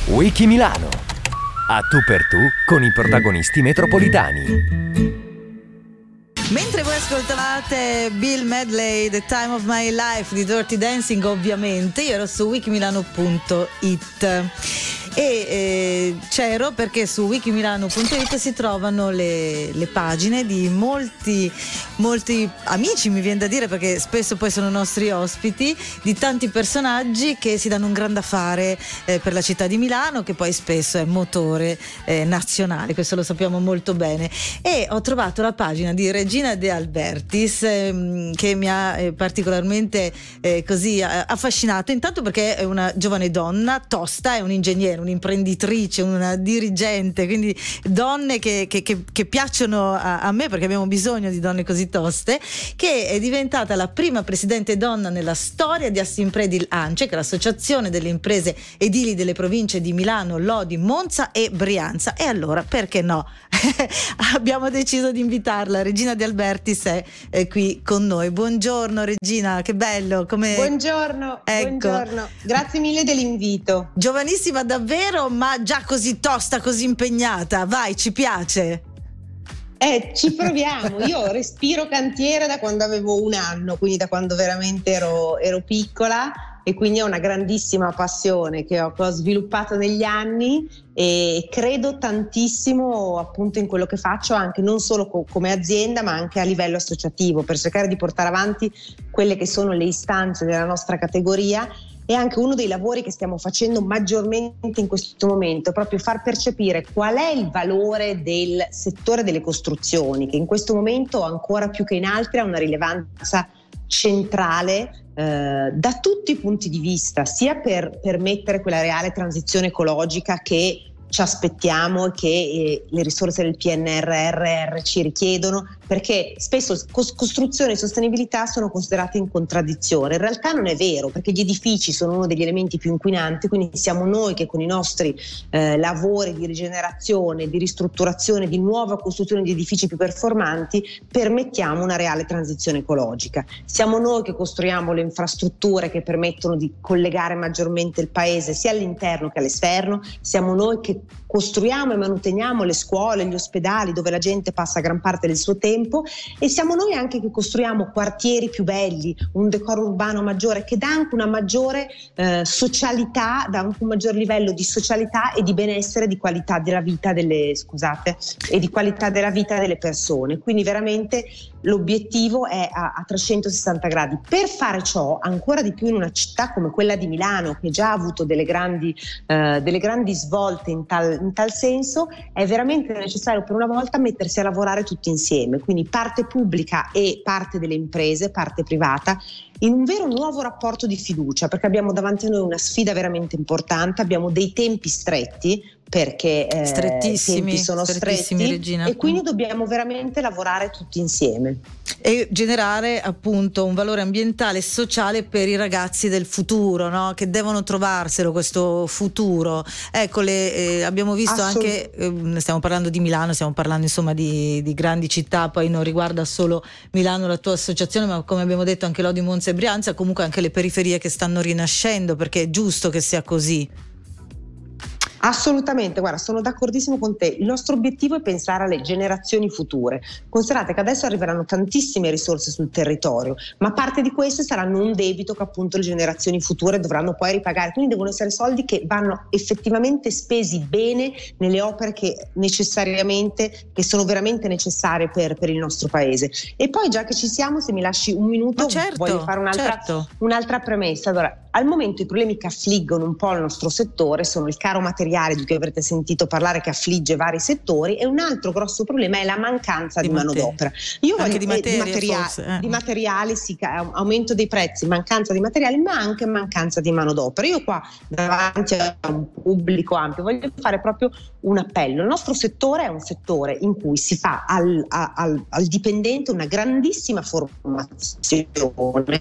Wiki Milano. A tu per tu con i protagonisti metropolitani. Mentre voi ascoltavate Bill Medley, The Time of My Life di Dirty Dancing, ovviamente io ero su wikimilano.it e c'ero perché su wikimilano.it si trovano le pagine di molti amici, mi viene da dire, perché spesso poi sono nostri ospiti, di tanti personaggi che si danno un gran da fare per la città di Milano, che poi spesso è motore nazionale, questo lo sappiamo molto bene. E ho trovato la pagina di Regina De Albertis che mi ha particolarmente così affascinato, intanto perché è una giovane donna tosta, è un ingegnere, un'imprenditrice, una dirigente, quindi donne che piacciono a me, perché abbiamo bisogno di donne così toste, che è diventata la prima presidente donna nella storia di Assimpredil ANCE, che è l'associazione delle imprese edili delle province di Milano, Lodi, Monza e Brianza. E allora perché no? Abbiamo deciso di invitarla. Regina De Albertis è qui con noi. Buongiorno Regina, che bello. Buongiorno, ecco. Buongiorno, grazie mille dell'invito. Giovanissima davvero, ma già così tosta, così impegnata. Vai, ci piace. Ci proviamo. Io respiro cantiere da quando avevo 1 anno, quindi da quando veramente ero piccola, e quindi ho una grandissima passione che ho sviluppato negli anni e credo tantissimo appunto in quello che faccio, anche non solo come azienda ma anche a livello associativo, per cercare di portare avanti quelle che sono le istanze della nostra categoria. E anche uno dei lavori che stiamo facendo maggiormente in questo momento è proprio far percepire qual è il valore del settore delle costruzioni, che in questo momento ancora più che in altri ha una rilevanza centrale da tutti i punti di vista, sia per permettere quella reale transizione ecologica che ci aspettiamo e che le risorse del PNRR ci richiedono, perché spesso costruzione e sostenibilità sono considerate in contraddizione. In realtà non è vero, perché gli edifici sono uno degli elementi più inquinanti, quindi siamo noi che con i nostri lavori di rigenerazione, di ristrutturazione, di nuova costruzione di edifici più performanti permettiamo una reale transizione ecologica. Siamo noi che costruiamo le infrastrutture che permettono di collegare maggiormente il paese sia all'interno che all'esterno, siamo noi che costruiamo e manuteniamo le scuole, gli ospedali dove la gente passa gran parte del suo tempo, e siamo noi anche che costruiamo quartieri più belli, un decoro urbano maggiore che dà anche una maggiore socialità, dà anche un maggior livello di socialità e di benessere, di qualità della vita e di qualità della vita delle persone. Quindi veramente l'obiettivo è a 360 gradi. Per fare ciò, ancora di più in una città come quella di Milano, che già ha avuto delle grandi svolte in tal senso, è veramente necessario per una volta mettersi a lavorare tutti insieme, quindi parte pubblica e parte delle imprese, parte privata, in un vero nuovo rapporto di fiducia, perché abbiamo davanti a noi una sfida veramente importante, abbiamo dei tempi stretti, perché i tempi sono stretti, Regina. E quindi dobbiamo veramente lavorare tutti insieme e generare appunto un valore ambientale e sociale per i ragazzi del futuro, no? Che devono trovarselo questo futuro. Ecco, abbiamo visto anche, stiamo parlando di Milano, stiamo parlando insomma di grandi città, poi non riguarda solo Milano la tua associazione, ma come abbiamo detto anche Lodi, Monza e Brianza, comunque anche le periferie che stanno rinascendo, perché è giusto che sia così. Assolutamente, guarda, sono d'accordissimo con te. Il nostro obiettivo è pensare alle generazioni future. Considerate che adesso arriveranno tantissime risorse sul territorio, ma parte di queste saranno un debito che appunto le generazioni future dovranno poi ripagare, quindi devono essere soldi che vanno effettivamente spesi bene nelle opere che sono veramente necessarie per il nostro paese. E poi, già che ci siamo, se mi lasci un minuto, voglio fare un'altra premessa. Allora, al momento i problemi che affliggono un po' il nostro settore sono il caro materiale di cui avrete sentito parlare, che affligge vari settori, e un altro grosso problema è la mancanza di manodopera. Io voglio di materiali, sì, aumento dei prezzi, mancanza di materiali, ma anche mancanza di manodopera. Io qua davanti a un pubblico ampio voglio fare proprio un appello. Il nostro settore è un settore in cui si fa al dipendente una grandissima formazione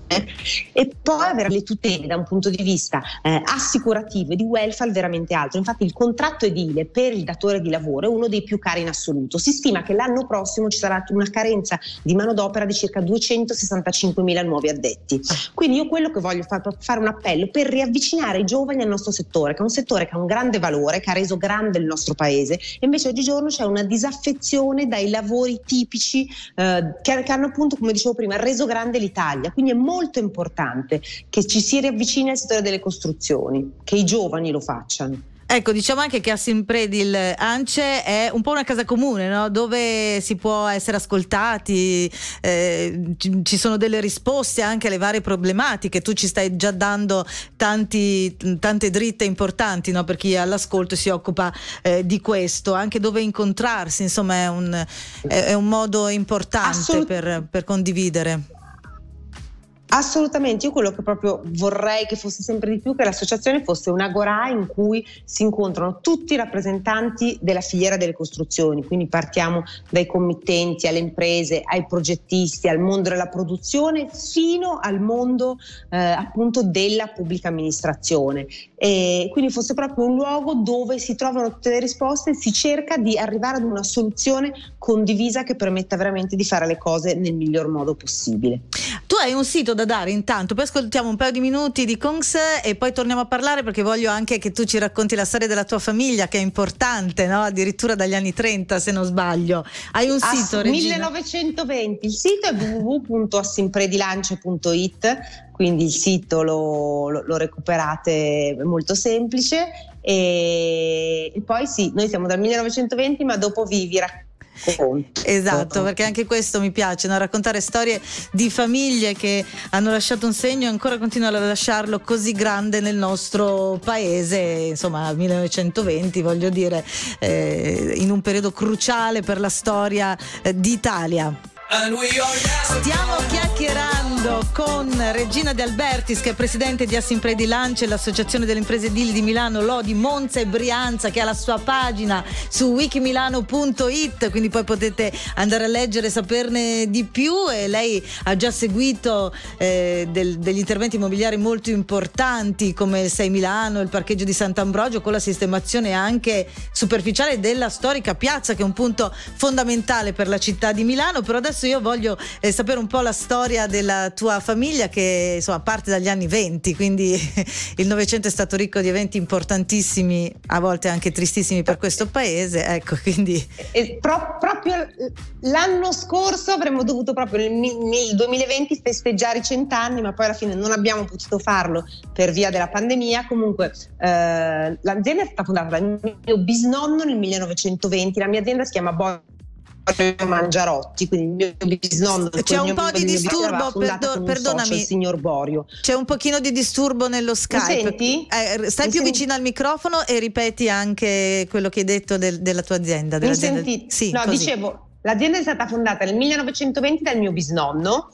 e poi avere le tutele da un punto di vista assicurativo e di welfare veramente alto. Infatti infatti il contratto edile per il datore di lavoro è uno dei più cari in assoluto. Si stima che l'anno prossimo ci sarà una carenza di manodopera di circa 265.000 nuovi addetti. Quindi io quello che voglio fare un appello per riavvicinare i giovani al nostro settore, che è un settore che ha un grande valore, che ha reso grande il nostro paese, e invece oggigiorno c'è una disaffezione dai lavori tipici che hanno appunto, come dicevo prima, reso grande l'Italia. Quindi è molto importante che ci si riavvicini al settore delle costruzioni, che i giovani lo facciano. Ecco, diciamo anche che Assimpredil ANCE è un po' una casa comune, no? Dove si può essere ascoltati, ci sono delle risposte anche alle varie problematiche. Tu ci stai già dando tante dritte importanti, no? Per chi è all'ascolto si occupa di questo, anche dove incontrarsi, insomma è un modo importante per condividere. Assolutamente, io quello che proprio vorrei che fosse sempre di più, che l'associazione fosse un'agorà in cui si incontrano tutti i rappresentanti della filiera delle costruzioni, quindi partiamo dai committenti, alle imprese, ai progettisti, al mondo della produzione, fino al mondo appunto della pubblica amministrazione, e quindi fosse proprio un luogo dove si trovano tutte le risposte e si cerca di arrivare ad una soluzione condivisa che permetta veramente di fare le cose nel miglior modo possibile. Tu hai un sito da dare intanto, poi ascoltiamo un paio di minuti di Kongs e poi torniamo a parlare, perché voglio anche che tu ci racconti la storia della tua famiglia, che è importante, no? Addirittura dagli anni 30 se non sbaglio. Hai un sito, Regina? 1920, il sito è www.assimpredilance.it, quindi il sito lo recuperate, è molto semplice, e poi sì, noi siamo dal 1920, ma dopo vi racconto. Esatto, perché anche questo mi piace, no? Raccontare storie di famiglie che hanno lasciato un segno e ancora continuano a lasciarlo così grande nel nostro paese, insomma 1920, voglio dire, in un periodo cruciale per la storia d'Italia. Stiamo chiacchierando con Regina De Albertis, che è presidente di Assimpredil ANCE, l'associazione delle imprese edili di Milano, Lodi, Monza e Brianza, che ha la sua pagina su wikimilano.it, quindi poi potete andare a leggere e saperne di più. E lei ha già seguito degli interventi immobiliari molto importanti come il 6 Milano, il parcheggio di Sant'Ambrogio, con la sistemazione anche superficiale della storica piazza, che è un punto fondamentale per la città di Milano. Però adesso io voglio sapere un po' la storia della tua famiglia, che insomma parte dagli anni 20, quindi il Novecento è stato ricco di eventi importantissimi, a volte anche tristissimi per questo paese, ecco, quindi proprio l'anno scorso avremmo dovuto proprio nel 2020 festeggiare i 100 anni, ma poi alla fine non abbiamo potuto farlo per via della pandemia. Comunque l'azienda è stata fondata dal mio bisnonno nel 1920, la mia azienda si chiama Borio Mangiarotti, quindi il mio bisnonno. C'è un po' di disturbo, perdonami, il signor Borio. C'è un pochino di disturbo nello Skype. Mi senti? Stai più vicino al microfono e ripeti anche quello che hai detto della tua azienda. Mi sentite? Sì, no, così. Dicevo, l'azienda è stata fondata nel 1920 dal mio bisnonno,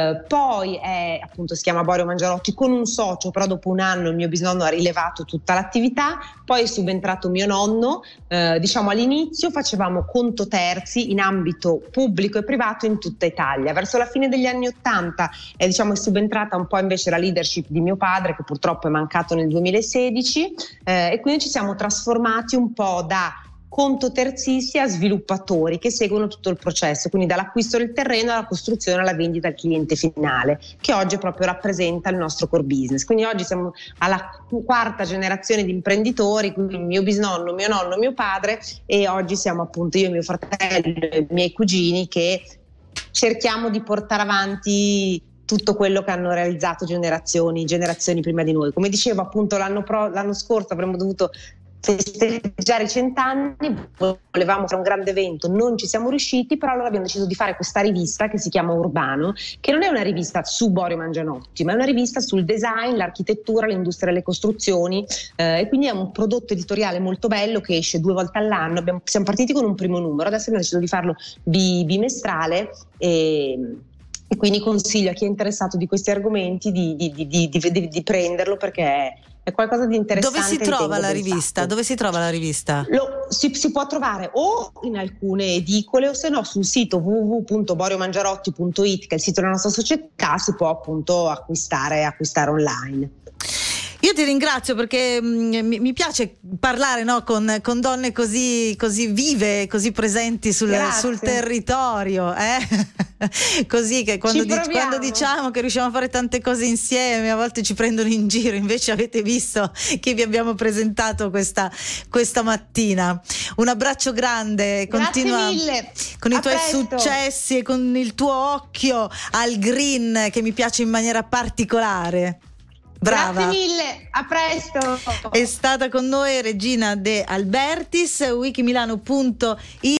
poi appunto si chiama Borio Mangiarotti con un socio, però dopo un anno il mio bisnonno ha rilevato tutta l'attività, poi è subentrato mio nonno. Diciamo all'inizio facevamo conto terzi in ambito pubblico e privato in tutta Italia. Verso la fine degli anni 80 è subentrata un po' invece la leadership di mio padre, che purtroppo è mancato nel 2016, e quindi ci siamo trasformati un po' da conto terzisti a sviluppatori che seguono tutto il processo, quindi dall'acquisto del terreno alla costruzione alla vendita al cliente finale, che oggi proprio rappresenta il nostro core business. Quindi oggi siamo alla quarta generazione di imprenditori, quindi mio bisnonno, mio nonno, mio padre, e oggi siamo appunto io, mio fratello e i miei cugini che cerchiamo di portare avanti tutto quello che hanno realizzato generazioni prima di noi. Come dicevo appunto l'anno scorso avremmo dovuto festeggiare i 100 anni, volevamo fare un grande evento, non ci siamo riusciti, però allora abbiamo deciso di fare questa rivista che si chiama Urbano, che non è una rivista su Borio Mangiarotti, ma è una rivista sul design, l'architettura, l'industria delle costruzioni, e quindi è un prodotto editoriale molto bello che esce 2 volte all'anno. Siamo partiti con un primo numero, adesso abbiamo deciso di farlo bimestrale, e quindi consiglio a chi è interessato di questi argomenti di prenderlo, perché è qualcosa di interessante. Dove si trova la rivista? Dove si trova la rivista? Si può trovare o in alcune edicole, o se no sul sito www.boriomangiarotti.it, che è il sito della nostra società, si può appunto acquistare online. Io ti ringrazio perché mi piace parlare, no, con donne così vive, così presenti sul territorio, così che quando diciamo che riusciamo a fare tante cose insieme a volte ci prendono in giro, invece avete visto che vi abbiamo presentato questa mattina. Un abbraccio grande, continua mille. Con i tuoi successi e con il tuo occhio al green che mi piace in maniera particolare. Brava. Grazie mille, a presto. È stata con noi Regina De Albertis, wikimilano.it.